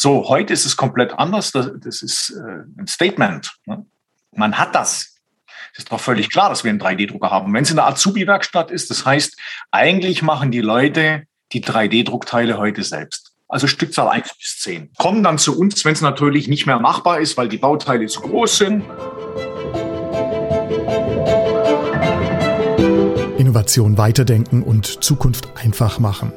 So, heute ist es komplett anders. Das ist ein Statement. Ne? Man hat das. Es ist doch völlig klar, dass wir einen 3D-Drucker haben. Wenn es in der Azubi-Werkstatt ist, das heißt, eigentlich machen die Leute die 3D-Druckteile heute selbst. Also Stückzahl 1 bis 10. Kommen dann zu uns, wenn es natürlich nicht mehr machbar ist, weil die Bauteile zu groß sind. Innovation weiterdenken und Zukunft einfach machen.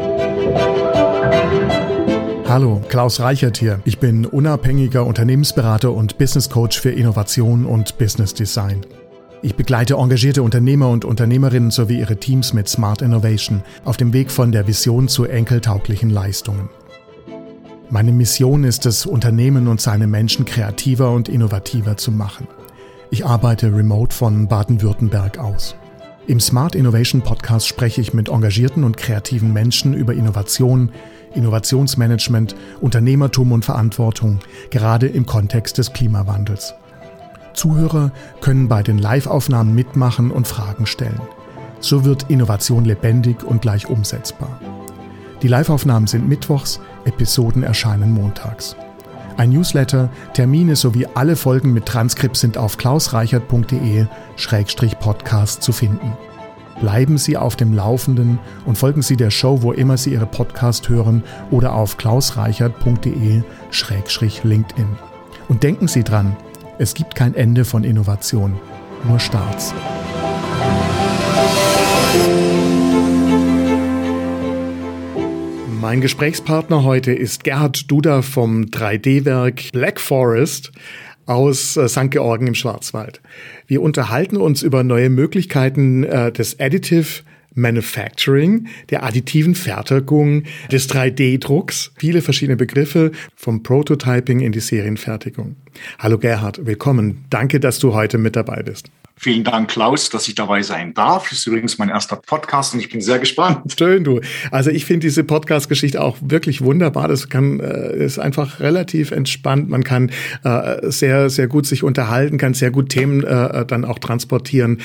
Hallo, Klaus Reichert hier. Ich bin unabhängiger Unternehmensberater und Business Coach für Innovation und Business Design. Ich begleite engagierte Unternehmer und Unternehmerinnen sowie ihre Teams mit Smart Innovation auf dem Weg von der Vision zu enkeltauglichen Leistungen. Meine Mission ist es, Unternehmen und seine Menschen kreativer und innovativer zu machen. Ich arbeite remote von Baden-Württemberg aus. Im Smart Innovation Podcast spreche ich mit engagierten und kreativen Menschen über Innovation, Innovationsmanagement, Unternehmertum und Verantwortung, gerade im Kontext des Klimawandels. Zuhörer können bei den Live-Aufnahmen mitmachen und Fragen stellen. So wird Innovation lebendig und gleich umsetzbar. Die Live-Aufnahmen sind mittwochs, Episoden erscheinen montags. Ein Newsletter, Termine sowie alle Folgen mit Transkript sind auf klausreichert.de/podcast zu finden. Bleiben Sie auf dem Laufenden und folgen Sie der Show, wo immer Sie Ihre Podcast hören oder auf klausreichert.de/LinkedIn. Und denken Sie dran, es gibt kein Ende von Innovation, nur Starts. Mein Gesprächspartner heute ist Gerhard Duda vom 3D-Werk Black Forest aus St. Georgen im Schwarzwald. Wir unterhalten uns über neue Möglichkeiten des Additive Manufacturing, der additiven Fertigung, des 3D-Drucks, viele verschiedene Begriffe, vom Prototyping in die Serienfertigung. Hallo Gerhard, willkommen. Danke, dass du heute mit dabei bist. Vielen Dank, Klaus, dass ich dabei sein darf. Das ist übrigens mein erster Podcast und ich bin sehr gespannt. Schön, du. Also ich finde diese Podcast-Geschichte auch wirklich wunderbar. Das ist einfach relativ entspannt. Man kann sehr, sehr gut sich unterhalten, kann sehr gut Themen dann auch transportieren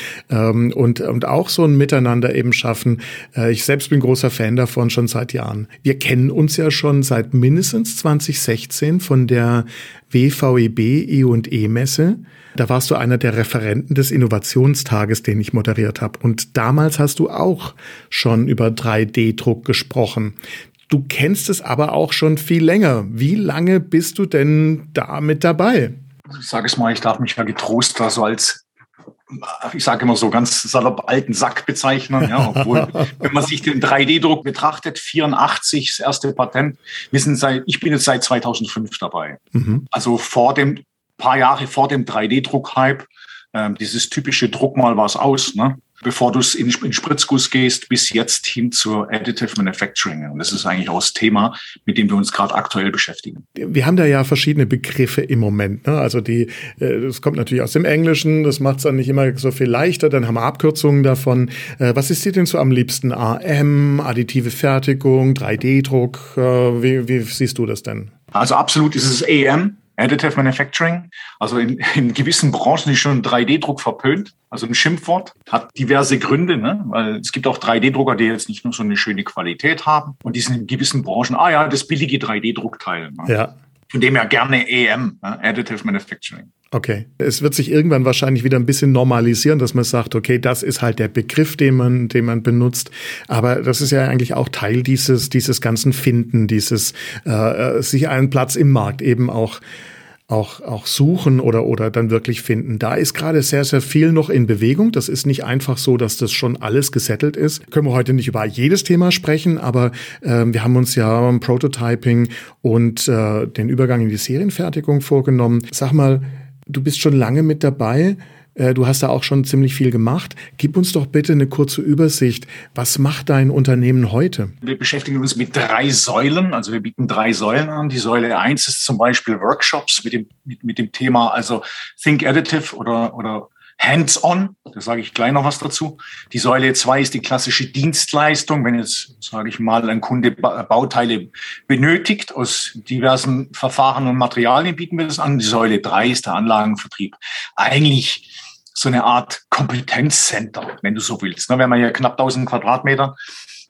und auch so ein Miteinander eben schaffen. Ich selbst bin großer Fan davon, schon seit Jahren. Wir kennen uns ja schon seit mindestens 2016 von der WVEB E&E-Messe. Da warst du einer der Referenten des Innovationstages, den ich moderiert habe. Und damals hast du auch schon über 3D-Druck gesprochen. Du kennst es aber auch schon viel länger. Wie lange bist du denn da mit dabei? Ich sage es mal, ich darf mich ja getrost da so als, ich sage immer so ganz salopp, alten Sack bezeichnen. Ja, obwohl, wenn man sich den 3D-Druck betrachtet, 84 das erste Patent. Ich bin jetzt seit 2005 dabei. Mhm. Also paar Jahre vor dem 3D-Druck-Hype, dieses typische Druck mal was aus, ne? Bevor du es in Spritzguss gehst, bis jetzt hin zur Additive Manufacturing. Und das ist eigentlich auch das Thema, mit dem wir uns gerade aktuell beschäftigen. Wir haben da ja verschiedene Begriffe im Moment, ne? Also das kommt natürlich aus dem Englischen, das macht es dann nicht immer so viel leichter, dann haben wir Abkürzungen davon. Was ist dir denn so am liebsten? AM, additive Fertigung, 3D-Druck, wie siehst du das denn? Also absolut ist es AM. Additive Manufacturing, also in gewissen Branchen ist schon 3D-Druck verpönt, also ein Schimpfwort, hat diverse Gründe, ne? Weil es gibt auch 3D-Drucker, die jetzt nicht nur so eine schöne Qualität haben und die sind in gewissen Branchen, das billige 3D-Druckteil. Ne? Ja. Von dem ja gerne AM, ne? Additive Manufacturing. Okay. Es wird sich irgendwann wahrscheinlich wieder ein bisschen normalisieren, dass man sagt, okay, das ist halt der Begriff, den man benutzt. Aber das ist ja eigentlich auch Teil dieses ganzen Finden, dieses sich einen Platz im Markt eben auch suchen oder dann wirklich finden. Da ist gerade sehr, sehr viel noch in Bewegung. Das ist nicht einfach so, dass das schon alles gesettelt ist. Können wir heute nicht über jedes Thema sprechen, aber wir haben uns ja Prototyping und den Übergang in die Serienfertigung vorgenommen. Sag mal, du bist schon lange mit dabei. Du hast da auch schon ziemlich viel gemacht. Gib uns doch bitte eine kurze Übersicht. Was macht dein Unternehmen heute? Wir beschäftigen uns mit 3 Säulen. Also wir bieten 3 Säulen an. Die Säule 1 ist zum Beispiel Workshops mit dem Thema, also Think Additive oder Hands-on, da sage ich gleich noch was dazu. Die Säule 2 ist die klassische Dienstleistung, wenn jetzt, sage ich mal, ein Kunde Bauteile benötigt aus diversen Verfahren und Materialien, bieten wir das an. Die Säule 3 ist der Anlagenvertrieb. Eigentlich so eine Art Kompetenzcenter, wenn du so willst. Wir haben ja knapp 1000 Quadratmeter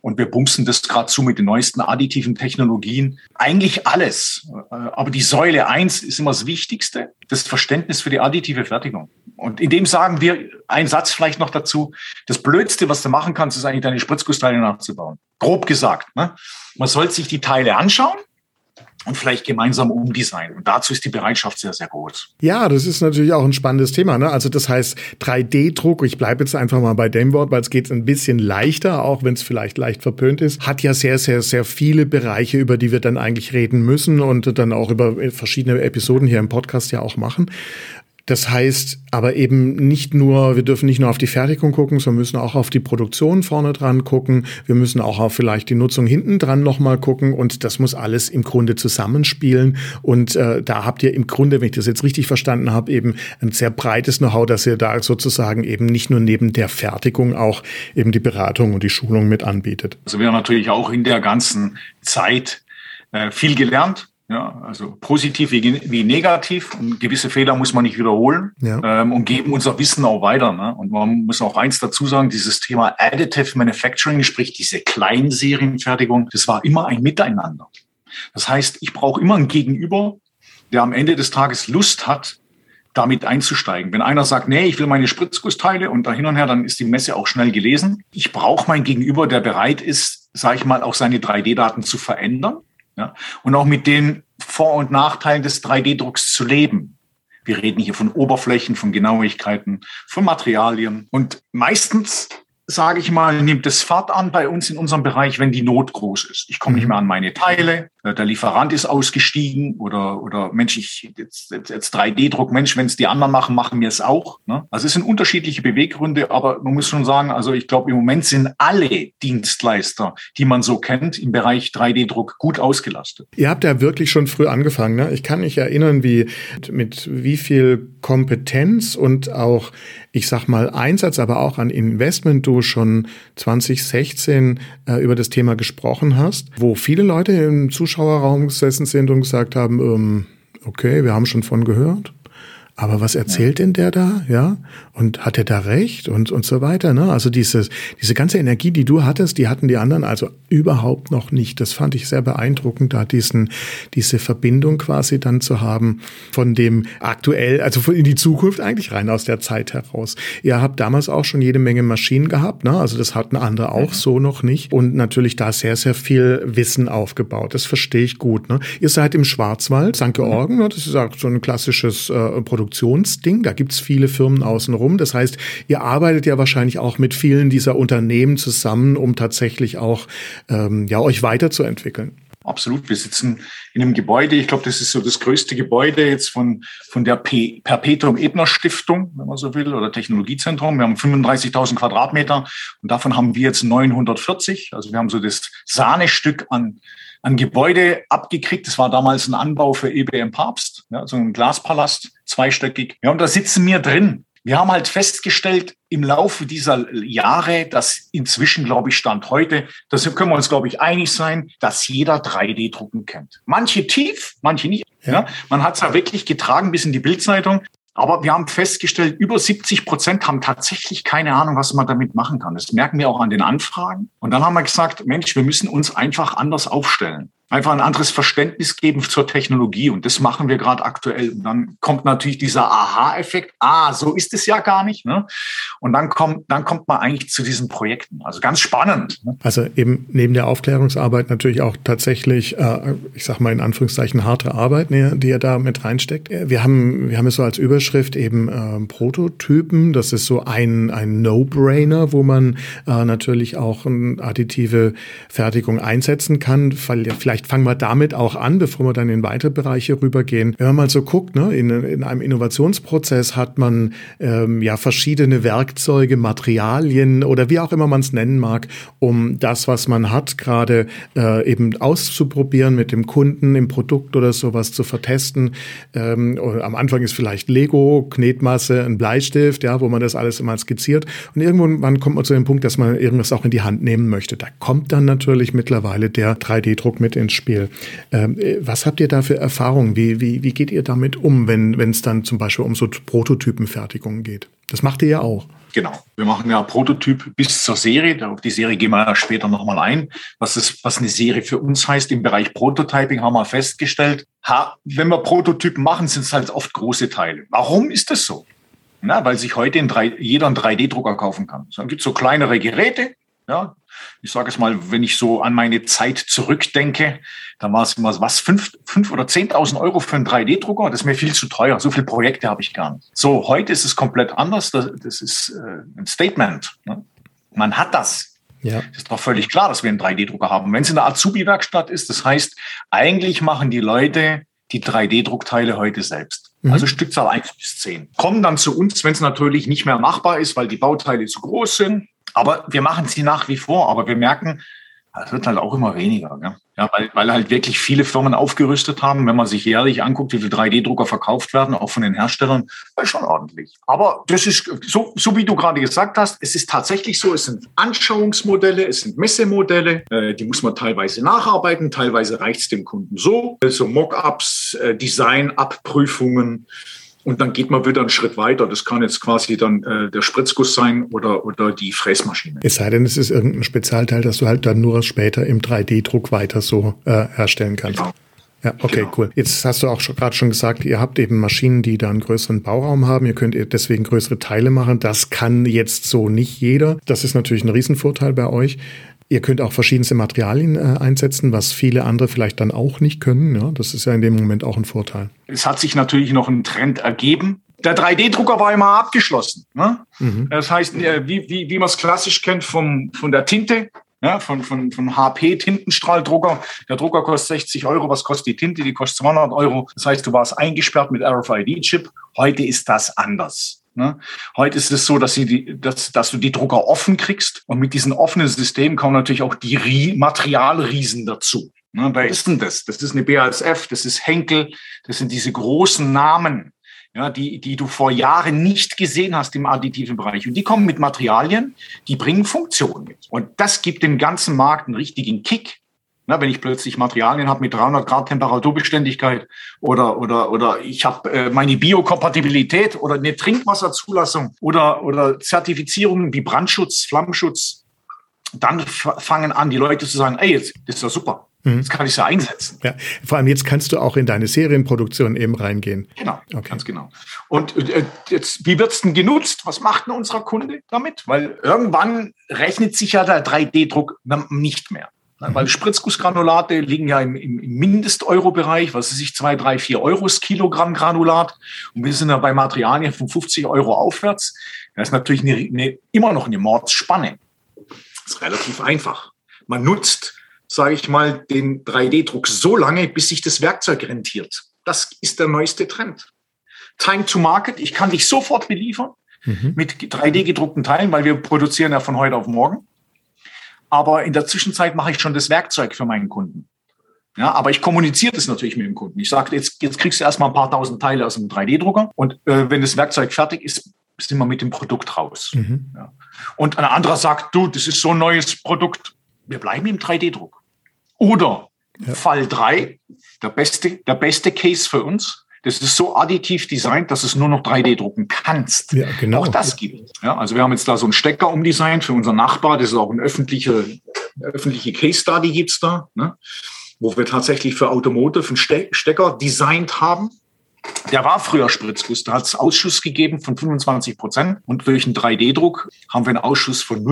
Und wir bumsen das gerade zu mit den neuesten additiven Technologien. Eigentlich alles. Aber die Säule 1 ist immer das Wichtigste, das Verständnis für die additive Fertigung. Und in dem sagen wir, einen Satz vielleicht noch dazu, das Blödste, was du machen kannst, ist eigentlich deine Spritzgussteile nachzubauen. Grob gesagt. Ne? Man sollte sich die Teile anschauen und vielleicht gemeinsam umdesignen. Und dazu ist die Bereitschaft sehr, sehr groß. Ja, das ist natürlich auch ein spannendes Thema, ne? Also das heißt 3D-Druck, ich bleibe jetzt einfach mal bei dem Wort, weil es geht ein bisschen leichter, auch wenn es vielleicht leicht verpönt ist, hat ja sehr, sehr, sehr viele Bereiche, über die wir dann eigentlich reden müssen und dann auch über verschiedene Episoden hier im Podcast ja auch machen. Das heißt aber eben nicht nur, wir dürfen nicht nur auf die Fertigung gucken, sondern müssen auch auf die Produktion vorne dran gucken. Wir müssen auch auf vielleicht die Nutzung hinten dran nochmal gucken und das muss alles im Grunde zusammenspielen. Und da habt ihr im Grunde, wenn ich das jetzt richtig verstanden habe, eben ein sehr breites Know-how, dass ihr da sozusagen eben nicht nur neben der Fertigung auch eben die Beratung und die Schulung mit anbietet. Also wir haben natürlich auch in der ganzen Zeit viel gelernt. Ja, also positiv wie negativ. Und gewisse Fehler muss man nicht wiederholen, ja. Und geben unser Wissen auch weiter. Ne? Und man muss auch eins dazu sagen, dieses Thema Additive Manufacturing, sprich diese Kleinserienfertigung, das war immer ein Miteinander. Das heißt, ich brauche immer ein Gegenüber, der am Ende des Tages Lust hat, damit einzusteigen. Wenn einer sagt, nee, ich will meine Spritzgussteile und da hin und her, dann ist die Messe auch schnell gelesen. Ich brauche mein Gegenüber, der bereit ist, sage ich mal, auch seine 3D-Daten zu verändern. Ja, und auch mit den Vor- und Nachteilen des 3D-Drucks zu leben. Wir reden hier von Oberflächen, von Genauigkeiten, von Materialien. Und meistens, sage ich mal, nimmt es Fahrt an bei uns in unserem Bereich, wenn die Not groß ist. Ich komme nicht mehr an meine Teile, der Lieferant ist ausgestiegen oder Mensch, jetzt 3D-Druck, Mensch, wenn es die anderen machen, machen wir es auch. Ne? Also es sind unterschiedliche Beweggründe, aber man muss schon sagen, also ich glaube, im Moment sind alle Dienstleister, die man so kennt, im Bereich 3D-Druck gut ausgelastet. Ihr habt ja wirklich schon früh angefangen. Ne? Ich kann mich erinnern, mit wie viel Kompetenz und auch, ich sag mal, Einsatz, aber auch an Investment du schon 2016 über das Thema gesprochen hast, wo viele Leute im Zuschauerraum gesessen sind und gesagt haben, okay, wir haben schon von gehört. Aber was erzählt denn der da, ja? Und hat er da recht und so weiter, ne? Also diese ganze Energie, die du hattest, die hatten die anderen also überhaupt noch nicht. Das fand ich sehr beeindruckend, da diese Verbindung quasi dann zu haben von dem aktuell, also in die Zukunft eigentlich rein aus der Zeit heraus. Ihr habt damals auch schon jede Menge Maschinen gehabt, ne? Also das hatten andere auch so noch nicht und natürlich da sehr, sehr viel Wissen aufgebaut. Das verstehe ich gut, ne? Ihr seid im Schwarzwald, St. Georgen, ne? Das ist auch so ein klassisches Produktionsding. Da gibt's viele Firmen außenrum. Das heißt, ihr arbeitet ja wahrscheinlich auch mit vielen dieser Unternehmen zusammen, um tatsächlich auch euch weiterzuentwickeln. Absolut. Wir sitzen in einem Gebäude. Ich glaube, das ist so das größte Gebäude jetzt von der Perpetuum Ebner Stiftung, wenn man so will, oder Technologiezentrum. Wir haben 35.000 Quadratmeter und davon haben wir jetzt 940. Also wir haben so das Sahnestück an Gebäude abgekriegt. Das war damals ein Anbau für EBM Papst, ja, so ein Glaspalast, zweistöckig. Ja, und da sitzen wir drin. Wir haben halt festgestellt im Laufe dieser Jahre, dass inzwischen, glaube ich, Stand heute, das können wir uns, glaube ich, einig sein, dass jeder 3D-Drucken kennt. Manche tief, manche nicht. Ja. Man hat es ja wirklich getragen bis in die Bildzeitung. Aber wir haben festgestellt, über 70% haben tatsächlich keine Ahnung, was man damit machen kann. Das merken wir auch an den Anfragen. Und dann haben wir gesagt, Mensch, wir müssen uns einfach anders aufstellen. Einfach ein anderes Verständnis geben zur Technologie. Und das machen wir gerade aktuell. Und dann kommt natürlich dieser Aha-Effekt. So ist es ja gar nicht. Ne? Und dann kommt man eigentlich zu diesen Projekten. Also ganz spannend. Ne? Also eben neben der Aufklärungsarbeit natürlich auch tatsächlich, ich sag mal in Anführungszeichen, harte Arbeit, die ihr da mit reinsteckt. Wir haben es so als Überschrift eben Prototypen. Das ist so ein No-Brainer, wo man natürlich auch eine additive Fertigung einsetzen kann. Vielleicht fangen wir damit auch an, bevor wir dann in weitere Bereiche rübergehen. Wenn man mal so guckt, ne, in einem Innovationsprozess hat man verschiedene Werkzeuge, Materialien oder wie auch immer man es nennen mag, um das, was man hat, gerade eben auszuprobieren mit dem Kunden im Produkt oder sowas zu vertesten. Am Anfang ist vielleicht Lego, Knetmasse, ein Bleistift, ja, wo man das alles immer skizziert. Und irgendwann kommt man zu dem Punkt, dass man irgendwas auch in die Hand nehmen möchte. Da kommt dann natürlich mittlerweile der 3D-Druck mit ins ins Spiel. Was habt ihr da für Erfahrungen? Wie geht ihr damit um, wenn es dann zum Beispiel um so Prototypenfertigungen geht? Das macht ihr ja auch. Genau. Wir machen ja Prototyp bis zur Serie. Auf die Serie gehen wir ja später nochmal ein. Was eine Serie für uns heißt im Bereich Prototyping, haben wir festgestellt. Wenn wir Prototypen machen, sind es halt oft große Teile. Warum ist das so? Na, weil sich heute jeder einen 3D-Drucker kaufen kann. Dann gibt es so kleinere Geräte. Ja, ich sage es mal, wenn ich so an meine Zeit zurückdenke, dann war es immer 5.000 oder 10.000 Euro für einen 3D-Drucker. Das ist mir viel zu teuer. So viele Projekte habe ich gar nicht. So, heute ist es komplett anders. Das ist ein Statement. Ne? Man hat das. Ja. Das ist doch völlig klar, dass wir einen 3D-Drucker haben. Wenn es in der Azubi-Werkstatt ist, das heißt, eigentlich machen die Leute die 3D-Druckteile heute selbst. Also Stückzahl 1 bis 10. Kommen dann zu uns, wenn es natürlich nicht mehr machbar ist, weil die Bauteile zu groß sind. Aber wir machen sie nach wie vor. Aber wir merken, es wird halt auch immer weniger. Gell? Ja, weil halt wirklich viele Firmen aufgerüstet haben. Wenn man sich jährlich anguckt, wie viele 3D-Drucker verkauft werden, auch von den Herstellern, ist schon ordentlich. Aber das ist so wie du gerade gesagt hast, es ist tatsächlich so, es sind Anschauungsmodelle, es sind Messemodelle, die muss man teilweise nacharbeiten, teilweise reicht es dem Kunden so. So Mock-ups, Design-Abprüfungen. Und dann geht man wieder einen Schritt weiter. Das kann jetzt quasi dann der Spritzguss sein oder die Fräsmaschine. Es sei denn, es ist irgendein Spezialteil, das du halt dann nur später im 3D-Druck weiter so herstellen kannst. Genau. Ja, okay, genau. Cool. Jetzt hast du auch gerade schon gesagt, ihr habt eben Maschinen, die da einen größeren Bauraum haben. Ihr könnt deswegen größere Teile machen. Das kann jetzt so nicht jeder. Das ist natürlich ein Riesenvorteil bei euch. Ihr könnt auch verschiedenste Materialien einsetzen, was viele andere vielleicht dann auch nicht können. Ja, das ist ja in dem Moment auch ein Vorteil. Es hat sich natürlich noch ein Trend ergeben. Der 3D-Drucker war immer abgeschlossen. Ne? Das heißt, wie man es klassisch kennt von der Tinte, ja, von HP Tintenstrahldrucker. Der Drucker kostet 60 Euro. Was kostet die Tinte? Die kostet 200 Euro. Das heißt, du warst eingesperrt mit RFID-Chip. Heute ist das anders. Ne? Heute ist es so, dass du die Drucker offen kriegst. Und mit diesen offenen Systemen kommen natürlich auch die Materialriesen dazu. Ne? Wer ist denn das? Das ist eine BASF, das ist Henkel, das sind diese großen Namen, ja, die du vor Jahren nicht gesehen hast im additiven Bereich. Und die kommen mit Materialien, die bringen Funktionen mit. Und das gibt dem ganzen Markt einen richtigen Kick. Na, wenn ich plötzlich Materialien habe mit 300 Grad Temperaturbeständigkeit oder ich habe meine Biokompatibilität oder eine Trinkwasserzulassung oder Zertifizierungen wie Brandschutz, Flammenschutz, dann fangen an, die Leute zu sagen, ey, jetzt ist das super. Jetzt kann ich es ja einsetzen. Ja, vor allem jetzt kannst du auch in deine Serienproduktion eben reingehen. Genau, okay. Ganz genau. Und jetzt, wie wird's denn genutzt? Was macht denn unser Kunde damit? Weil irgendwann rechnet sich ja der 3D-Druck nicht mehr. Weil Spritzgussgranulate liegen ja im Mindest-Euro-Bereich, was weiß ich, 2, 3, 4 Euro das Kilogramm Granulat. Und wir sind ja bei Materialien von 50 Euro aufwärts. Das ist natürlich immer noch eine Mordsspanne. Das ist relativ einfach. Man nutzt, sage ich mal, den 3D-Druck so lange, bis sich das Werkzeug rentiert. Das ist der neueste Trend. Time to Market, ich kann dich sofort beliefern mit 3D-gedruckten Teilen, weil wir produzieren ja von heute auf morgen. Aber in der Zwischenzeit mache ich schon das Werkzeug für meinen Kunden. Ja, aber ich kommuniziere das natürlich mit dem Kunden. Ich sage, jetzt kriegst du erstmal ein paar tausend Teile aus dem 3D-Drucker und wenn das Werkzeug fertig ist, sind wir mit dem Produkt raus. Ja. Und ein anderer sagt, du, das ist so ein neues Produkt, wir bleiben im 3D-Druck. Oder Fall 3, der beste Case für uns, das ist so additiv designt, dass du es nur noch 3D drucken kannst. Ja, genau. Auch das gibt es. Ja, also wir haben jetzt da so einen Stecker umdesignt für unseren Nachbar. Das ist auch eine öffentliche Case Study gibt's da, ne? Wo wir tatsächlich für Automotive einen Stecker designt haben. Der war früher Spritzguss. Da hat es Ausschuss gegeben von 25%. Und durch einen 3D-Druck haben wir einen Ausschuss von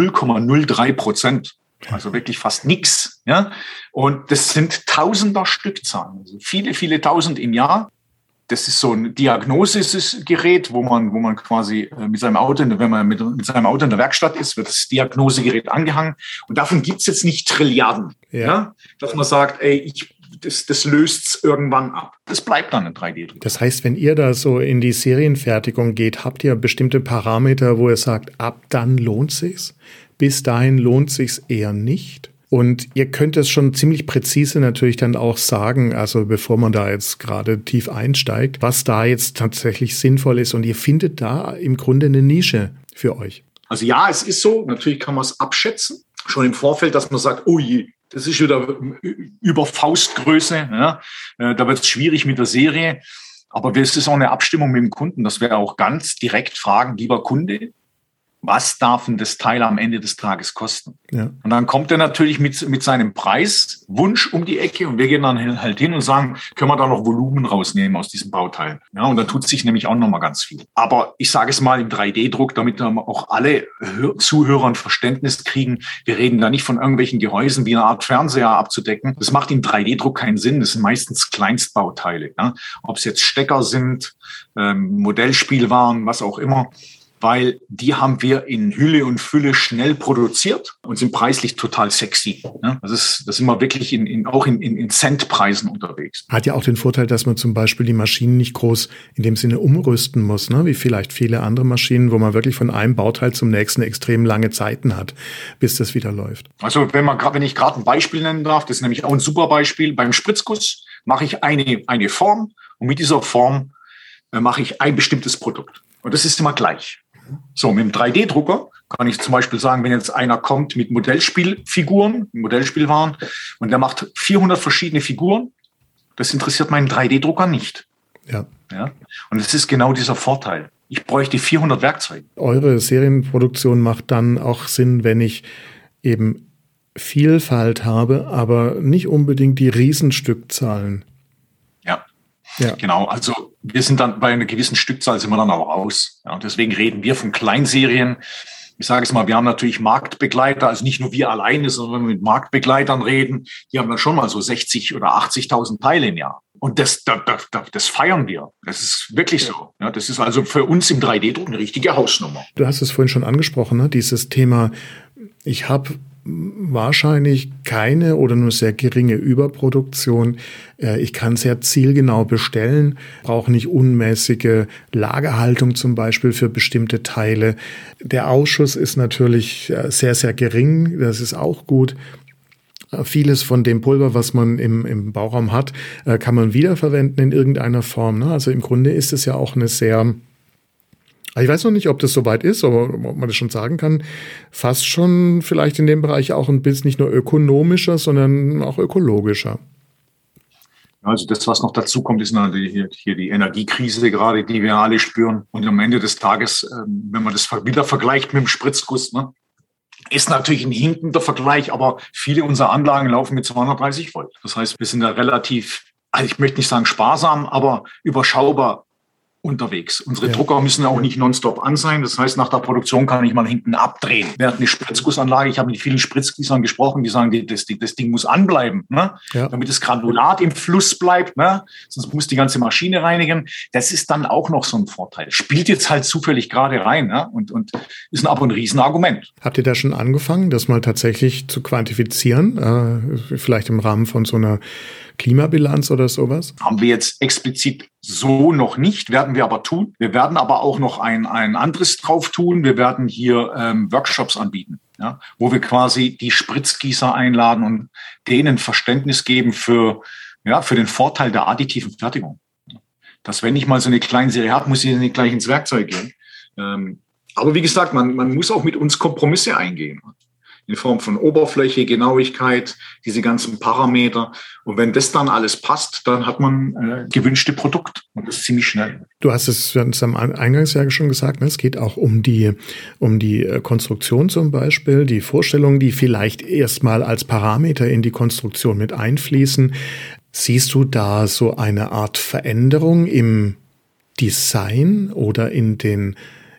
0,03%. Also wirklich fast nichts. Ja? Und das sind Tausender Stückzahlen. Also viele, viele Tausend im Jahr. Das ist so ein Diagnosegerät, wo man quasi mit seinem Auto, wenn man mit seinem Auto in der Werkstatt ist, wird das Diagnosegerät angehangen. Und davon gibt's jetzt nicht Trilliarden, ja? Dass man sagt, ey, das löst's irgendwann ab. Das bleibt dann ein 3D-Druck. Das heißt, wenn ihr da so in die Serienfertigung geht, habt ihr bestimmte Parameter, wo ihr sagt, ab dann lohnt sich's? Bis dahin lohnt sich's eher nicht? Und ihr könnt es schon ziemlich präzise natürlich dann auch sagen, also bevor man da jetzt gerade tief einsteigt, was da jetzt tatsächlich sinnvoll ist. Und ihr findet da im Grunde eine Nische für euch. Also ja, es ist so. Natürlich kann man es abschätzen. Schon im Vorfeld, dass man sagt, oh je, Das ist wieder über Faustgröße. Ja. Da wird es schwierig mit der Serie. Aber es ist auch eine Abstimmung mit dem Kunden, dass wir auch ganz direkt fragen, lieber Kunde, was darf denn das Teil am Ende des Tages kosten? Ja. Und dann kommt er natürlich mit seinem Preiswunsch um die Ecke und wir gehen dann halt hin und sagen, können wir da noch Volumen rausnehmen aus diesem Bauteil? Ja, und dann tut sich nämlich auch nochmal ganz viel. Aber ich sage es mal im 3D-Druck, damit auch alle Zuhörer ein Verständnis kriegen. Wir reden da nicht von irgendwelchen Gehäusen wie eine Art Fernseher abzudecken. Das macht im 3D-Druck keinen Sinn. Das sind meistens Kleinstbauteile. Ja? Ob es jetzt Stecker sind, Modellspielwaren, was auch immer. Weil die haben wir in Hülle und Fülle schnell produziert und sind preislich total sexy. Das sind wir wirklich auch in Centpreisen unterwegs. Hat ja auch den Vorteil, dass man zum Beispiel die Maschinen nicht groß in dem Sinne umrüsten muss, ne? Wie vielleicht viele andere Maschinen, wo man wirklich von einem Bauteil zum nächsten extrem lange Zeiten hat, bis das wieder läuft. Also wenn ich gerade ein Beispiel nennen darf, das ist nämlich auch ein super Beispiel. Beim Spritzguss mache ich eine Form und mit dieser Form mache ich ein bestimmtes Produkt. Und das ist immer gleich. So, mit dem 3D-Drucker kann ich zum Beispiel sagen, wenn jetzt einer kommt mit Modellspielwaren und der macht 400 verschiedene Figuren, das interessiert meinen 3D-Drucker nicht. Ja. Und das ist genau dieser Vorteil. Ich bräuchte 400 Werkzeuge. Eure Serienproduktion macht dann auch Sinn, wenn ich eben Vielfalt habe, aber nicht unbedingt die Riesenstückzahlen. Ja, genau. Also wir sind dann bei einer gewissen Stückzahl sind wir dann auch raus. Ja, und deswegen reden wir von Kleinserien. Ich sage es mal, wir haben natürlich Marktbegleiter, also nicht nur wir alleine, sondern wenn wir mit Marktbegleitern reden, die haben dann schon mal so 60 oder 80.000 Teile im Jahr. Und das feiern wir. Das ist wirklich so. Ja, das ist also für uns im 3D-Druck eine richtige Hausnummer. Du hast es vorhin schon angesprochen, ne? Dieses Thema, ich habe wahrscheinlich keine oder nur sehr geringe Überproduktion. Ich kann sehr zielgenau bestellen, brauche nicht unmäßige Lagerhaltung zum Beispiel für bestimmte Teile. Der Ausschuss ist natürlich sehr, sehr gering. Das ist auch gut. Vieles von dem Pulver, was man im Bauraum hat, kann man wiederverwenden in irgendeiner Form. Ne? Also im Grunde ist es ja auch eine sehr... Ich weiß noch nicht, ob das soweit ist, aber ob man das schon sagen kann, fast schon vielleicht in dem Bereich auch ein bisschen nicht nur ökonomischer, sondern auch ökologischer. Also das, was noch dazu kommt, ist natürlich hier die Energiekrise gerade, die wir alle spüren. Und am Ende des Tages, wenn man das wieder vergleicht mit dem Spritzguss, ne, ist natürlich ein hinkender Vergleich, aber viele unserer Anlagen laufen mit 230 Volt. Das heißt, wir sind da relativ, also ich möchte nicht sagen sparsam, aber überschaubar unterwegs. Unsere Drucker müssen auch nicht nonstop an sein. Das heißt, nach der Produktion kann ich mal hinten abdrehen. Während eine Spritzgussanlage, ich habe mit vielen Spritzgießern gesprochen, die sagen, das Ding muss anbleiben, ne? Damit das Granulat im Fluss bleibt. Ne? Sonst muss die ganze Maschine reinigen. Das ist dann auch noch so ein Vorteil. Spielt jetzt halt zufällig gerade rein, ne? und ist aber ein Riesenargument. Habt ihr da schon angefangen, das mal tatsächlich zu quantifizieren? Vielleicht im Rahmen von so einer Klimabilanz oder sowas? Haben wir jetzt explizit so noch nicht, werden wir aber tun. Wir werden aber auch noch ein anderes drauf tun. Wir werden hier Workshops anbieten, ja, wo wir quasi die Spritzgießer einladen und denen Verständnis geben für den Vorteil der additiven Fertigung. Dass wenn ich mal so eine Kleinserie habe, muss ich nicht gleich ins Werkzeug gehen. Aber wie gesagt, man muss auch mit uns Kompromisse eingehen. In Form von Oberfläche, Genauigkeit, diese ganzen Parameter. Und wenn das dann alles passt, dann hat man gewünschte Produkt. Und das ist ziemlich schnell. Du hast es am Eingangs ja schon gesagt, ne? Es geht auch um die Konstruktion zum Beispiel, die Vorstellungen, die vielleicht erstmal als Parameter in die Konstruktion mit einfließen. Siehst du da so eine Art Veränderung im Design oder in den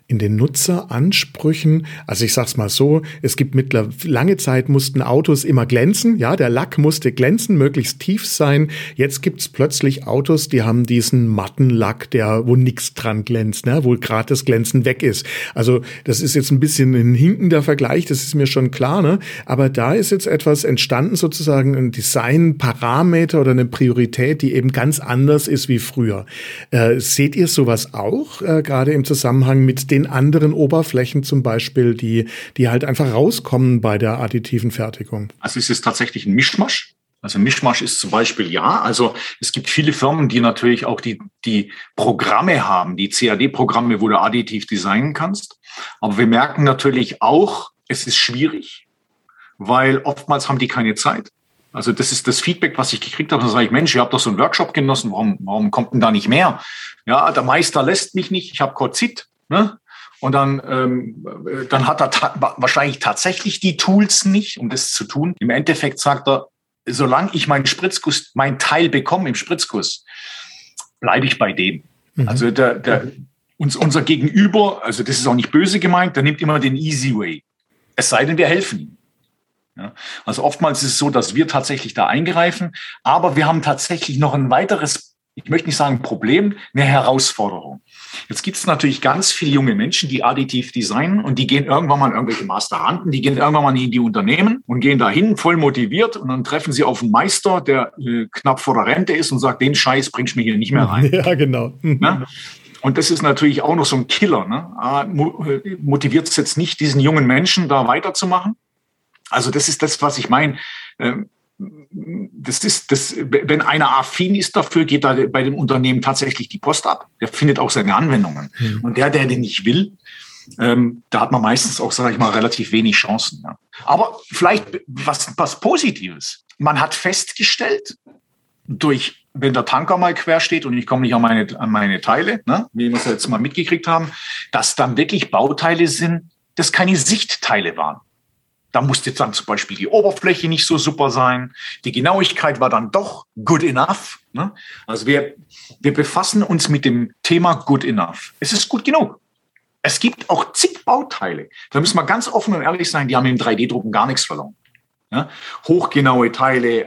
Nutzeransprüchen? Also ich sag's mal so, es gibt lange Zeit mussten Autos immer glänzen, ja, der Lack musste glänzen, möglichst tief sein. Jetzt gibt's plötzlich Autos, die haben diesen matten Lack, wo nichts dran glänzt, ne, wo gerade das Glänzen weg ist. Also das ist jetzt ein bisschen ein hinkender Vergleich, das ist mir schon klar, ne? Aber da ist jetzt etwas entstanden, sozusagen ein Designparameter oder eine Priorität, die eben ganz anders ist wie früher. Seht ihr sowas auch, gerade im Zusammenhang mit den anderen Oberflächen zum Beispiel, die halt einfach rauskommen bei der additiven Fertigung? Also es ist tatsächlich ein Mischmasch. Also ein Mischmasch ist zum Beispiel also es gibt viele Firmen, die natürlich auch die Programme haben, die CAD-Programme, wo du additiv designen kannst. Aber wir merken natürlich auch, es ist schwierig, weil oftmals haben die keine Zeit. Also das ist das Feedback, was ich gekriegt habe. Da sage ich, Mensch, ihr habt doch so einen Workshop genossen, warum kommt denn da nicht mehr? Ja, der Meister lässt mich nicht, ich habe Zeit, ne? Und dann hat er wahrscheinlich tatsächlich die Tools nicht, um das zu tun. Im Endeffekt sagt er, solange ich meinen Spritzguss, mein Teil bekomme im Spritzguss, bleibe ich bei dem. Mhm. Also unser Gegenüber, also das ist auch nicht böse gemeint, der nimmt immer den easy way. Es sei denn, wir helfen ihm. Ja, also oftmals ist es so, dass wir tatsächlich da eingreifen, aber wir haben tatsächlich noch ein weiteres, ich möchte nicht sagen Problem, eine Herausforderung. Jetzt gibt es natürlich ganz viele junge Menschen, die additiv designen und die gehen irgendwann mal in irgendwelche Masteranden, die gehen irgendwann mal in die Unternehmen und gehen dahin voll motiviert und dann treffen sie auf einen Meister, der knapp vor der Rente ist und sagt, den Scheiß bringst du mir hier nicht mehr rein. Ja, genau. Ja? Und das ist natürlich auch noch so ein Killer. Ne? Motiviert es jetzt nicht, diesen jungen Menschen da weiterzumachen? Also das ist das, was ich meine. Wenn einer affin ist dafür, geht da bei dem Unternehmen tatsächlich die Post ab. Der findet auch seine Anwendungen. Mhm. Und der den nicht will, da hat man meistens auch, sage ich mal, relativ wenig Chancen. Ja. Aber vielleicht was Positives. Man hat festgestellt, wenn der Tanker mal quer steht und ich komme nicht an meine Teile, ne, wie wir es jetzt mal mitgekriegt haben, dass dann wirklich Bauteile sind, das keine Sichtteile waren. Da musste jetzt dann zum Beispiel die Oberfläche nicht so super sein. Die Genauigkeit war dann doch good enough. Ne? Also wir befassen uns mit dem Thema good enough. Es ist gut genug. Es gibt auch zig Bauteile. Da müssen wir ganz offen und ehrlich sein, die haben im 3D-Drucken gar nichts verloren. Ja? Hochgenaue Teile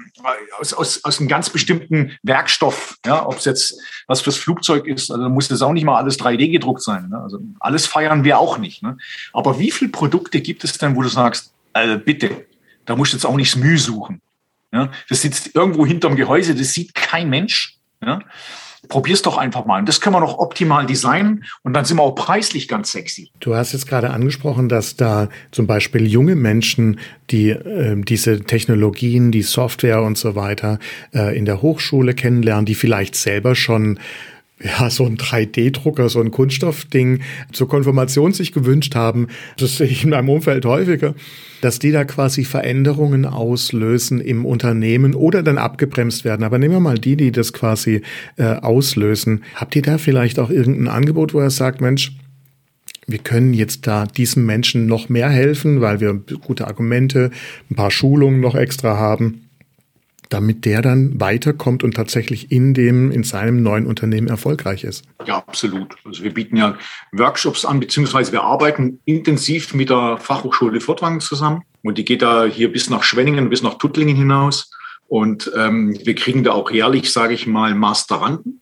aus einem ganz bestimmten Werkstoff. Ja? Ob es jetzt was fürs Flugzeug ist, also muss das auch nicht mal alles 3D gedruckt sein. Ne? Also alles feiern wir auch nicht. Ne? Aber wie viele Produkte gibt es denn, wo du sagst, bitte, da musst du jetzt auch nicht das Mühe suchen. Ja? Das sitzt irgendwo hinterm Gehäuse, das sieht kein Mensch. Ja? Probier's doch einfach mal. Und das können wir noch optimal designen und dann sind wir auch preislich ganz sexy. Du hast jetzt gerade angesprochen, dass da zum Beispiel junge Menschen, die diese Technologien, die Software und so weiter in der Hochschule kennenlernen, die vielleicht selber schon so ein 3D-Drucker, so ein Kunststoffding zur Konfirmation sich gewünscht haben. Das sehe ich in meinem Umfeld häufiger, dass die da quasi Veränderungen auslösen im Unternehmen oder dann abgebremst werden. Aber nehmen wir mal die das quasi auslösen. Habt ihr da vielleicht auch irgendein Angebot, wo ihr sagt, Mensch, wir können jetzt da diesem Menschen noch mehr helfen, weil wir gute Argumente, ein paar Schulungen noch extra haben, damit der dann weiterkommt und tatsächlich in seinem neuen Unternehmen erfolgreich ist? Ja, absolut. Also wir bieten ja Workshops an, beziehungsweise wir arbeiten intensiv mit der Fachhochschule Furtwangen zusammen. Und die geht da hier bis nach Schwenningen, bis nach Tuttlingen hinaus. Und wir kriegen da auch jährlich, sage ich mal, Masteranden,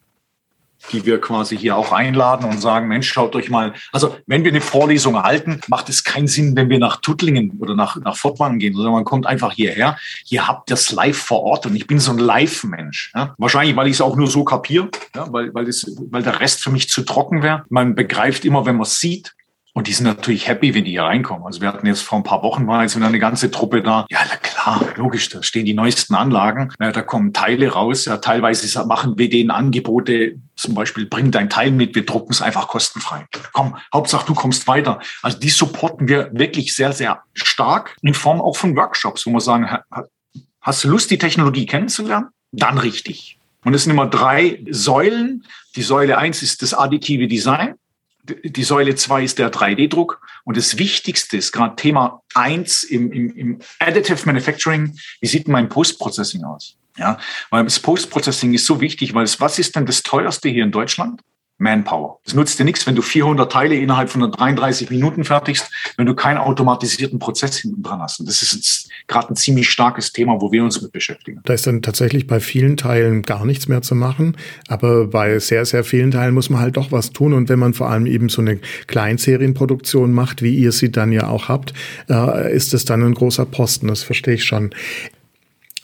die wir quasi hier auch einladen und sagen, Mensch, schaut euch mal, also wenn wir eine Vorlesung halten, macht es keinen Sinn, wenn wir nach Tuttlingen oder nach Furtwangen gehen, sondern man kommt einfach hierher. Hier habt ihr es live vor Ort und ich bin so ein Live-Mensch. Ja? Wahrscheinlich, weil ich es auch nur so kapiere, ja? weil der Rest für mich zu trocken wäre. Man begreift immer, wenn man es sieht. Und die sind natürlich happy, wenn die hier reinkommen. Also wir hatten jetzt vor ein paar Wochen, war jetzt wieder eine ganze Truppe da. Ja, na klar, logisch, da stehen die neuesten Anlagen. Ja, da kommen Teile raus. Ja, teilweise machen wir denen Angebote, zum Beispiel, bring dein Teil mit, wir drucken es einfach kostenfrei. Komm, Hauptsache du kommst weiter. Also die supporten wir wirklich sehr, sehr stark in Form auch von Workshops, wo wir sagen, hast du Lust, die Technologie kennenzulernen? Dann richtig. Und es sind immer 3 Säulen. Die Säule 1 ist das additive Design. Die Säule 2 ist der 3D-Druck. Und das Wichtigste ist gerade Thema 1 im Additive Manufacturing. Wie sieht denn mein Post-Processing aus? Ja, weil das Post-Processing ist so wichtig, weil was ist denn das teuerste hier in Deutschland? Manpower. Das nutzt dir nichts, wenn du 400 Teile innerhalb von 33 Minuten fertigst, wenn du keinen automatisierten Prozess hinten dran hast. Und das ist jetzt gerade ein ziemlich starkes Thema, wo wir uns mit beschäftigen. Da ist dann tatsächlich bei vielen Teilen gar nichts mehr zu machen, aber bei sehr, sehr vielen Teilen muss man halt doch was tun. Und wenn man vor allem eben so eine Kleinserienproduktion macht, wie ihr sie dann ja auch habt, ist es dann ein großer Posten. Das verstehe ich schon.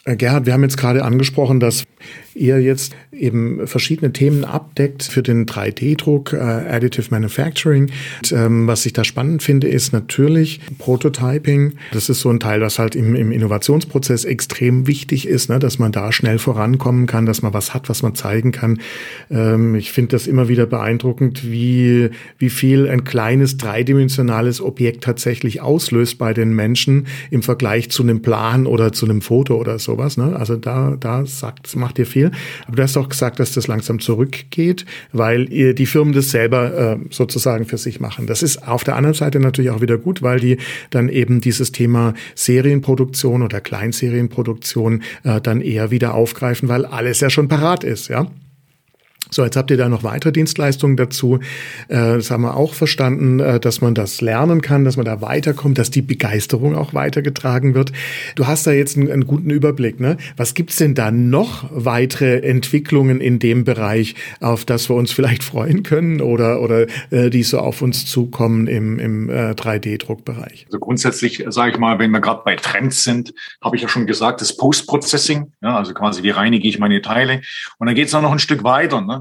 Gerhard, wir haben jetzt gerade angesprochen, dass ihr jetzt eben verschiedene Themen abdeckt für den 3D-Druck, Additive Manufacturing. Und, was ich da spannend finde, ist natürlich Prototyping. Das ist so ein Teil, was halt im Innovationsprozess extrem wichtig ist, ne, dass man da schnell vorankommen kann, dass man was hat, was man zeigen kann. Ich finde das immer wieder beeindruckend, wie viel ein kleines dreidimensionales Objekt tatsächlich auslöst bei den Menschen im Vergleich zu einem Plan oder zu einem Foto oder sowas. Ne? Also da macht ihr viel. Aber du hast auch gesagt, dass das langsam zurückgeht, weil ihr die Firmen das selber sozusagen für sich machen. Das ist auf der anderen Seite natürlich auch wieder gut, weil die dann eben dieses Thema Serienproduktion oder Kleinserienproduktion dann eher wieder aufgreifen, weil alles ja schon parat ist, ja. So, jetzt habt ihr da noch weitere Dienstleistungen dazu. Das haben wir auch verstanden, dass man das lernen kann, dass man da weiterkommt, dass die Begeisterung auch weitergetragen wird. Du hast da jetzt einen guten Überblick, ne? Was gibt's denn da noch weitere Entwicklungen in dem Bereich, auf das wir uns vielleicht freuen können oder die so auf uns zukommen im 3D-Druckbereich? Also grundsätzlich, sage ich mal, wenn wir gerade bei Trends sind, habe ich ja schon gesagt, das Post-Processing, ja, also quasi wie reinige ich meine Teile. Und dann geht's auch noch ein Stück weiter, ne?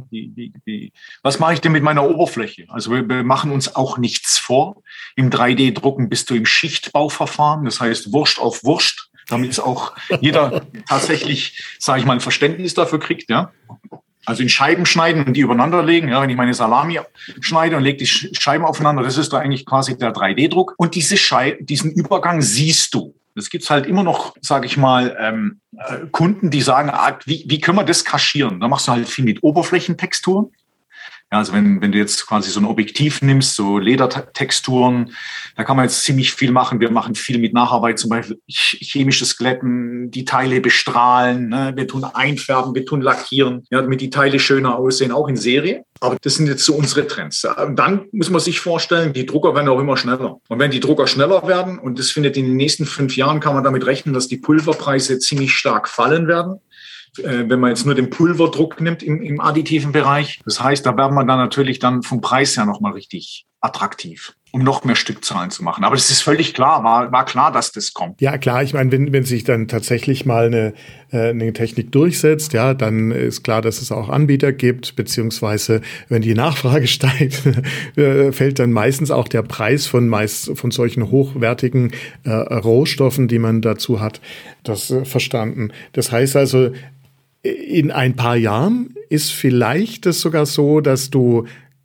Was mache ich denn mit meiner Oberfläche? Also wir machen uns auch nichts vor. Im 3D-Drucken bist du im Schichtbauverfahren, das heißt Wurst auf Wurst, damit es auch jeder tatsächlich, sage ich mal, ein Verständnis dafür kriegt. Ja? Also in Scheiben schneiden und die übereinander legen. Ja, wenn ich meine Salami schneide und lege die Scheiben aufeinander, das ist da eigentlich quasi der 3D-Druck. Und diesen Übergang siehst du. Es gibt halt immer noch, sage ich mal, Kunden, die sagen, wie können wir das kaschieren? Da machst du halt viel mit Oberflächentexturen. Ja, also wenn du jetzt quasi so ein Objektiv nimmst, so Ledertexturen, da kann man jetzt ziemlich viel machen. Wir machen viel mit Nacharbeit, zum Beispiel chemisches Glätten, die Teile bestrahlen, ne? Wir tun einfärben, wir tun lackieren, ja, damit die Teile schöner aussehen, auch in Serie. Aber das sind jetzt so unsere Trends. Und dann muss man sich vorstellen, die Drucker werden auch immer schneller. Und wenn die Drucker schneller werden, und das findet in den nächsten 5 Jahren, kann man damit rechnen, dass die Pulverpreise ziemlich stark fallen werden. Wenn man jetzt nur den Pulverdruck nimmt im additiven Bereich. Das heißt, da werden wir dann natürlich dann vom Preis her nochmal richtig attraktiv, um noch mehr Stückzahlen zu machen. Aber das ist völlig klar, war klar, dass das kommt. Ja, klar. Ich meine, wenn sich dann tatsächlich mal eine Technik durchsetzt, ja, dann ist klar, dass es auch Anbieter gibt, beziehungsweise wenn die Nachfrage steigt, fällt dann meistens auch der Preis von solchen hochwertigen Rohstoffen, die man dazu hat. Das verstanden. Das heißt also, in ein paar Jahren ist vielleicht es sogar so, dass du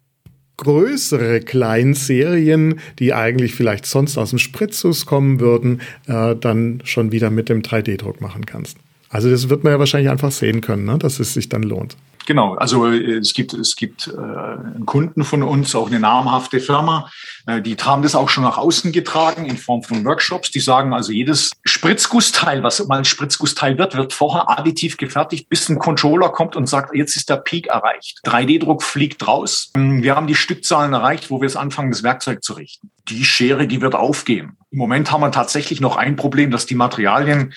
größere Kleinserien, die eigentlich vielleicht sonst aus dem Spritzguss kommen würden, dann schon wieder mit dem 3D-Druck machen kannst. Also das wird man ja wahrscheinlich einfach sehen können, ne? Dass es sich dann lohnt. Genau, also es gibt einen Kunden von uns, auch eine namhafte Firma, die haben das auch schon nach außen getragen in Form von Workshops. Die sagen also, jedes Spritzgussteil, was mal ein Spritzgussteil wird vorher additiv gefertigt, bis ein Controller kommt und sagt, jetzt ist der Peak erreicht. 3D-Druck fliegt raus. Wir haben die Stückzahlen erreicht, wo wir es anfangen, das Werkzeug zu richten. Die Schere, die wird aufgehen. Im Moment haben wir tatsächlich noch ein Problem, dass die Materialien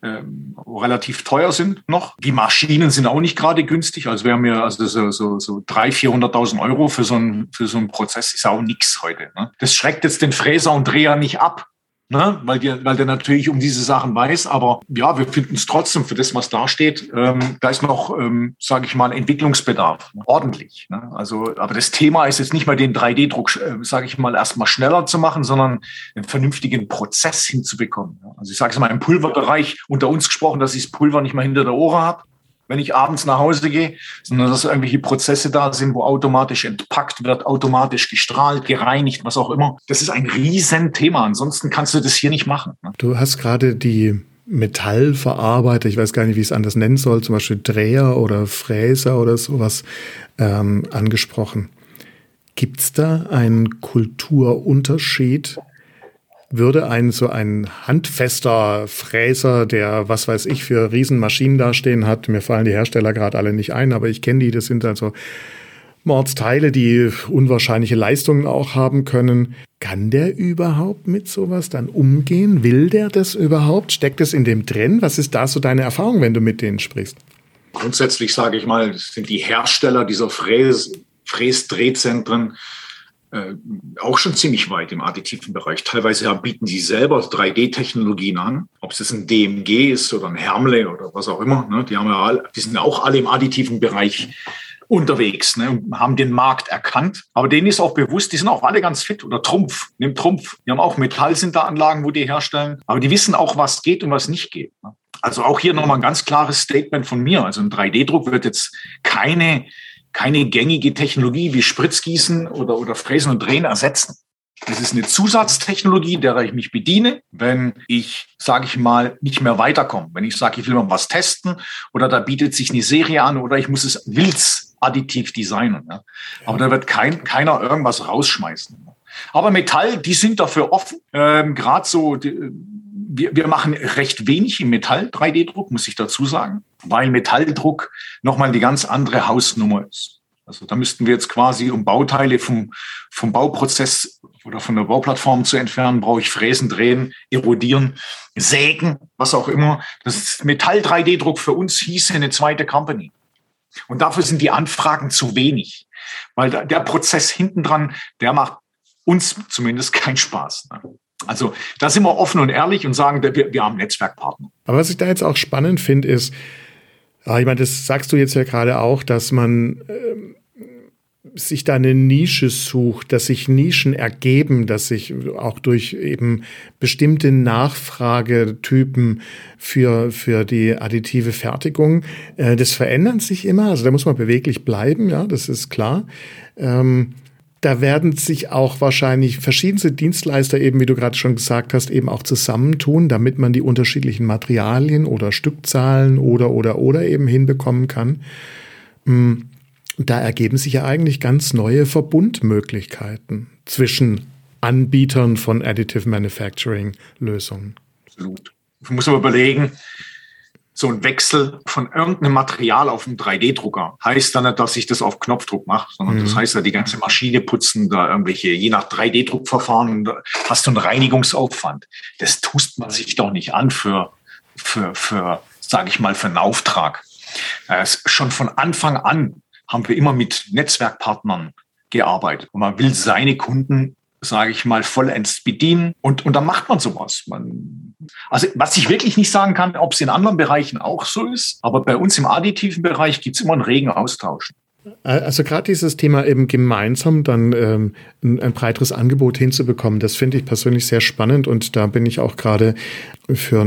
relativ teuer sind noch. Die Maschinen sind auch nicht gerade günstig. Also wir haben ja so 300.000, 400.000 Euro für so einen Prozess ist auch nichts heute. Ne? Das schreckt jetzt den Fräser und Dreher nicht ab. Ne? Weil der natürlich um diese Sachen weiß, aber ja, wir finden es trotzdem für das, was da steht, da ist noch, sage ich mal, Entwicklungsbedarf, ordentlich. Ne? Also, aber das Thema ist jetzt nicht mal den 3D-Druck, sage ich mal, erstmal schneller zu machen, sondern einen vernünftigen Prozess hinzubekommen. Also ich sage es mal im Pulverbereich unter uns gesprochen, dass ich das Pulver nicht mal hinter der Ohren habe, wenn ich abends nach Hause gehe, sondern dass irgendwelche Prozesse da sind, wo automatisch entpackt wird, automatisch gestrahlt, gereinigt, was auch immer. Das ist ein Riesenthema. Ansonsten kannst du das hier nicht machen. Ne? Du hast gerade die Metallverarbeiter, ich weiß gar nicht, wie ich es anders nennen soll, zum Beispiel Dreher oder Fräser oder sowas angesprochen. Gibt es da einen Kulturunterschied? Würde ein handfester Fräser, der, was weiß ich, für Riesenmaschinen dastehen hat, mir fallen die Hersteller gerade alle nicht ein, aber ich kenne die, das sind also Mordsteile, die unwahrscheinliche Leistungen auch haben können. Kann der überhaupt mit sowas dann umgehen? Will der das überhaupt? Steckt es in dem drin? Was ist da so deine Erfahrung, wenn du mit denen sprichst? Grundsätzlich sage ich mal, das sind die Hersteller dieser Fräsdrehzentren, auch schon ziemlich weit im additiven Bereich. Teilweise bieten sie selber 3D-Technologien an, ob es ein DMG ist oder ein Hermle oder was auch immer. Ne? Die sind ja auch alle im additiven Bereich unterwegs, ne, und haben den Markt erkannt. Aber denen ist auch bewusst, die sind auch alle ganz fit. Oder Trumpf, nimm Trumpf. Die haben auch Metallsinteranlagen, wo die herstellen. Aber die wissen auch, was geht und was nicht geht. Ne? Also auch hier nochmal ein ganz klares Statement von mir. Also ein 3D-Druck wird jetzt keine gängige Technologie wie Spritzgießen oder Fräsen und Drehen ersetzen. Das ist eine Zusatztechnologie, der ich mich bediene, wenn ich, sage ich mal, nicht mehr weiterkomme. Wenn ich sage, ich will mal was testen oder da bietet sich eine Serie an oder ich will es additiv designen. Ja. Aber da wird keiner irgendwas rausschmeißen. Aber Metall, die sind dafür offen. Gerade so, wir machen recht wenig im Metall-3D-Druck, muss ich dazu sagen, weil Metalldruck nochmal eine ganz andere Hausnummer ist. Also da müssten wir jetzt quasi, um Bauteile vom Bauprozess oder von der Bauplattform zu entfernen, brauche ich Fräsen, Drehen, Erodieren, Sägen, was auch immer. Das Metall-3D-Druck für uns hieße eine zweite Company. Und dafür sind die Anfragen zu wenig, weil der Prozess hintendran, der macht uns zumindest keinen Spaß. Also da sind wir offen und ehrlich und sagen, wir haben Netzwerkpartner. Aber was ich da jetzt auch spannend finde, ist, ich meine, das sagst du jetzt ja gerade auch, dass man sich da eine Nische sucht, dass sich Nischen ergeben, dass sich auch durch eben bestimmte Nachfragetypen für die additive Fertigung, das verändert sich immer, also da muss man beweglich bleiben, ja, das ist klar. Da werden sich auch wahrscheinlich verschiedenste Dienstleister eben, wie du gerade schon gesagt hast, eben auch zusammentun, damit man die unterschiedlichen Materialien oder Stückzahlen oder eben hinbekommen kann. Da ergeben sich ja eigentlich ganz neue Verbundmöglichkeiten zwischen Anbietern von Additive Manufacturing-Lösungen. Absolut. Ich muss aber überlegen, so ein Wechsel von irgendeinem Material auf einen 3D-Drucker heißt dann nicht, dass ich das auf Knopfdruck mache, sondern das heißt ja, die ganze Maschine putzen, da irgendwelche, je nach 3D-Druckverfahren, hast du einen Reinigungsaufwand. Das tust man sich doch nicht an für sage ich mal, für einen Auftrag. Schon von Anfang an haben wir immer mit Netzwerkpartnern gearbeitet. Und man will seine Kunden, sage ich mal, vollends bedienen. Und dann macht man sowas. Also was ich wirklich nicht sagen kann, ob es in anderen Bereichen auch so ist, aber bei uns im additiven Bereich gibt es immer einen regen Austausch. Also gerade dieses Thema eben gemeinsam dann ein breiteres Angebot hinzubekommen, das finde ich persönlich sehr spannend. Und da bin ich auch gerade für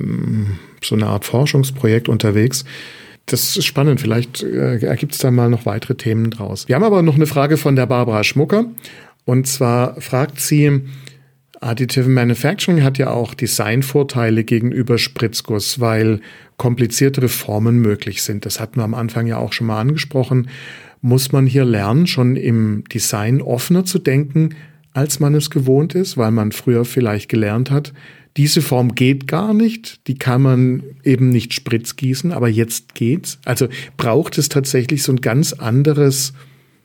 so eine Art Forschungsprojekt unterwegs. Das ist spannend. Vielleicht ergibt es da mal noch weitere Themen draus. Wir haben aber noch eine Frage von der Barbara Schmucker. Und zwar fragt sie, Additive Manufacturing hat ja auch Designvorteile gegenüber Spritzguss, weil kompliziertere Formen möglich sind. Das hatten wir am Anfang ja auch schon mal angesprochen. Muss man hier lernen, schon im Design offener zu denken, als man es gewohnt ist, weil man früher vielleicht gelernt hat, diese Form geht gar nicht, die kann man eben nicht spritzgießen, aber jetzt geht's. Also braucht es tatsächlich so ein ganz anderes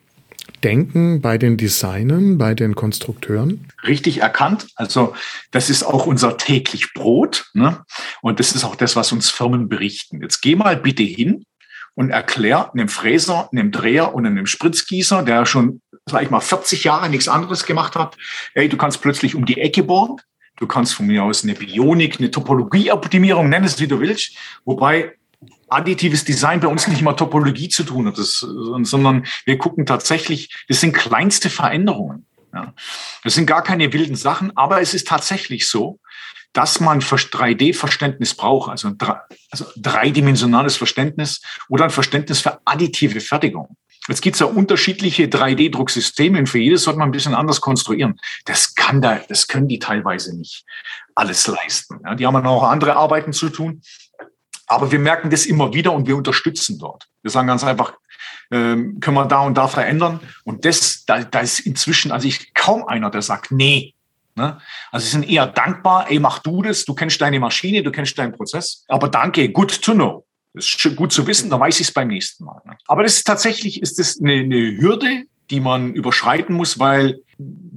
Denken bei den Designern, bei den Konstrukteuren? Richtig erkannt. Also das ist auch unser täglich Brot, ne? Und das ist auch das, was uns Firmen berichten. Jetzt geh mal bitte hin und erklär einem Fräser, einem Dreher und einem Spritzgießer, der schon, sag ich mal, 40 Jahre nichts anderes gemacht hat, hey, du kannst plötzlich um die Ecke bohren. Du kannst von mir aus eine Bionik, eine Topologieoptimierung, nenn es wie du willst. Wobei additives Design bei uns nicht immer Topologie zu tun hat, sondern wir gucken tatsächlich, das sind kleinste Veränderungen. Ja. Das sind gar keine wilden Sachen, aber es ist tatsächlich so, dass man für 3D-Verständnis braucht, also dreidimensionales Verständnis oder ein Verständnis für additive Fertigung. Jetzt gibt es ja unterschiedliche 3D-Drucksysteme und für jedes sollte man ein bisschen anders konstruieren. Das können die teilweise nicht alles leisten. Ja, die haben auch andere Arbeiten zu tun. Aber wir merken das immer wieder und wir unterstützen dort. Wir sagen ganz einfach, können wir da und da verändern. Und da ist inzwischen, also kaum einer, der sagt, nee. Ne? Also sie sind eher dankbar, ey, mach du das, du kennst deine Maschine, du kennst deinen Prozess. Aber danke, good to know. Das ist gut zu wissen, dann weiß ich es beim nächsten Mal. Ne? Aber das ist tatsächlich eine Hürde, die man überschreiten muss, weil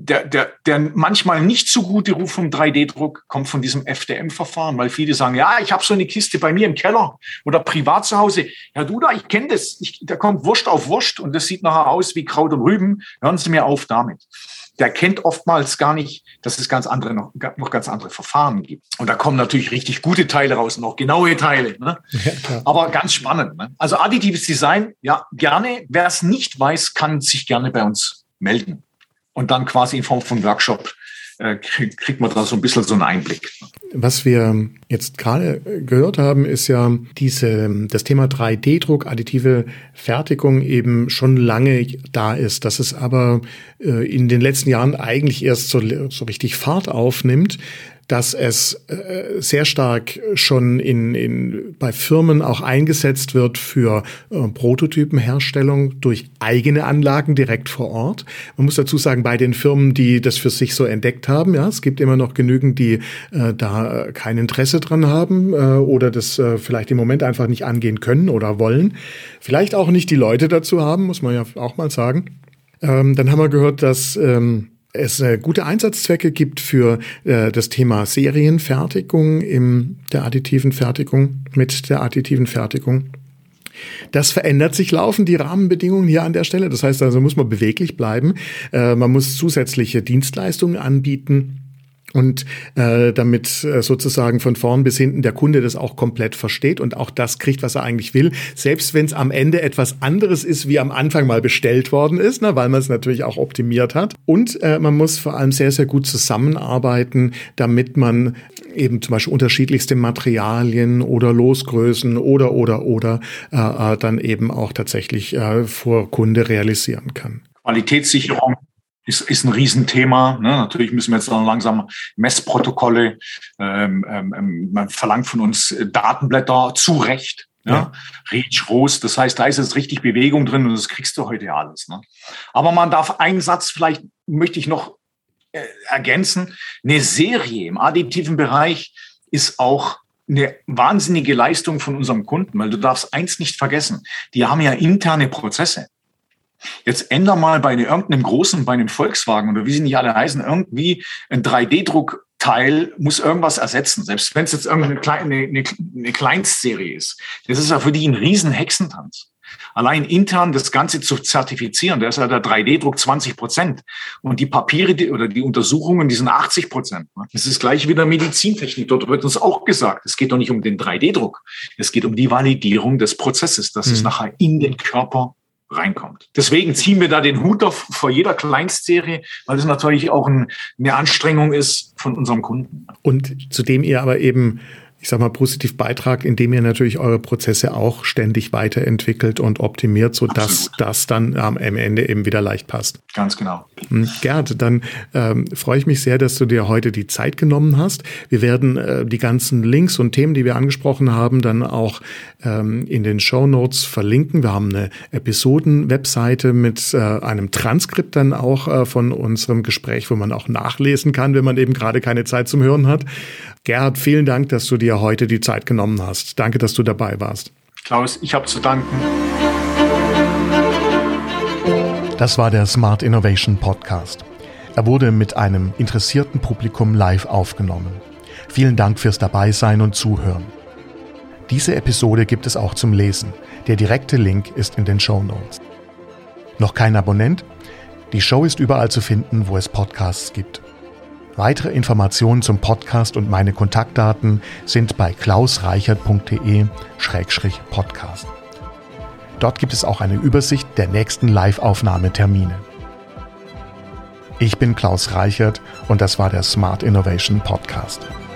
der manchmal nicht so gute Ruf vom 3D-Druck kommt von diesem FDM-Verfahren, weil viele sagen, ja, ich habe so eine Kiste bei mir im Keller oder privat zu Hause. Ja, du da, ich kenne das. Da kommt Wurst auf Wurst und das sieht nachher aus wie Kraut und Rüben. Hören Sie mir auf damit. Der kennt oftmals gar nicht, dass es noch ganz andere Verfahren gibt. Und da kommen natürlich richtig gute Teile raus, noch genaue Teile. Ne? Ja, aber ganz spannend. Ne? Also additives Design, ja, gerne. Wer es nicht weiß, kann sich gerne bei uns melden. Und dann quasi in Form von Workshop kriegt man da so ein bisschen so einen Einblick. Was wir jetzt gerade gehört haben, ist ja das Thema 3D-Druck, additive Fertigung eben schon lange da ist, dass es aber in den letzten Jahren eigentlich erst so richtig Fahrt aufnimmt, dass es sehr stark schon bei Firmen auch eingesetzt wird für Prototypenherstellung durch eigene Anlagen direkt vor Ort. Man muss dazu sagen, bei den Firmen, die das für sich so entdeckt haben, ja, es gibt immer noch genügend, die da kein Interesse dran haben oder das vielleicht im Moment einfach nicht angehen können oder wollen. Vielleicht auch nicht die Leute dazu haben, muss man ja auch mal sagen. Dann haben wir gehört, dass es gute Einsatzzwecke gibt für das Thema Serienfertigung der additiven Fertigung, mit der additiven Fertigung. Das verändert sich laufend, die Rahmenbedingungen hier an der Stelle. Das heißt also, muss man beweglich bleiben. Man muss zusätzliche Dienstleistungen anbieten. Und damit sozusagen von vorn bis hinten der Kunde das auch komplett versteht und auch das kriegt, was er eigentlich will, selbst wenn es am Ende etwas anderes ist, wie am Anfang mal bestellt worden ist, ne, weil man es natürlich auch optimiert hat. Und man muss vor allem sehr, sehr gut zusammenarbeiten, damit man eben zum Beispiel unterschiedlichste Materialien oder Losgrößen oder dann eben auch tatsächlich vor Kunde realisieren kann. Qualitätssicherung ist ein Riesenthema. Ne? Natürlich müssen wir jetzt dann langsam Messprotokolle, man verlangt von uns Datenblätter zu Recht. Ja. REACH, RoHS, das heißt, da ist jetzt richtig Bewegung drin und das kriegst du heute ja alles. Ne? Aber man darf einen Satz, vielleicht möchte ich noch ergänzen, eine Serie im additiven Bereich ist auch eine wahnsinnige Leistung von unserem Kunden, weil du darfst eins nicht vergessen, die haben ja interne Prozesse. Jetzt änder mal bei irgendeinem großen, bei einem Volkswagen oder wie sie nicht alle heißen, irgendwie ein 3D-Druckteil muss irgendwas ersetzen, selbst wenn es jetzt irgendeine eine Kleinstserie ist. Das ist ja für die ein riesen Hexentanz. Allein intern das Ganze zu zertifizieren, da ist ja der 3D-Druck 20% und die Papiere oder die Untersuchungen, die sind 80%. Das ist gleich wie der Medizintechnik. Dort wird uns auch gesagt, es geht doch nicht um den 3D-Druck, es geht um die Validierung des Prozesses, dass es nachher in den Körper reinkommt. Deswegen ziehen wir da den Hut auf vor jeder Kleinstserie, weil das natürlich auch eine Anstrengung ist von unserem Kunden. Und zudem ihr aber eben, ich sag mal, positiv beitragt, indem ihr natürlich eure Prozesse auch ständig weiterentwickelt und optimiert, sodass das dann am Ende eben wieder leicht passt. Ganz genau. Gerd, dann freue ich mich sehr, dass du dir heute die Zeit genommen hast. Wir werden die ganzen Links und Themen, die wir angesprochen haben, dann auch in den Shownotes verlinken. Wir haben eine Episoden-Webseite mit einem Transkript dann auch von unserem Gespräch, wo man auch nachlesen kann, wenn man eben gerade keine Zeit zum Hören hat. Gerd, vielen Dank, dass du dir heute die Zeit genommen hast. Danke, dass du dabei warst. Klaus, ich habe zu danken. Das war der Smart Innovation Podcast. Er wurde mit einem interessierten Publikum live aufgenommen. Vielen Dank fürs Dabeisein und Zuhören. Diese Episode gibt es auch zum Lesen. Der direkte Link ist in den Shownotes. Noch kein Abonnent? Die Show ist überall zu finden, wo es Podcasts gibt. Weitere Informationen zum Podcast und meine Kontaktdaten sind bei klausreichert.de/podcast. Dort gibt es auch eine Übersicht der nächsten Live-Aufnahmetermine. Ich bin Klaus Reichert und das war der Smart Innovation Podcast.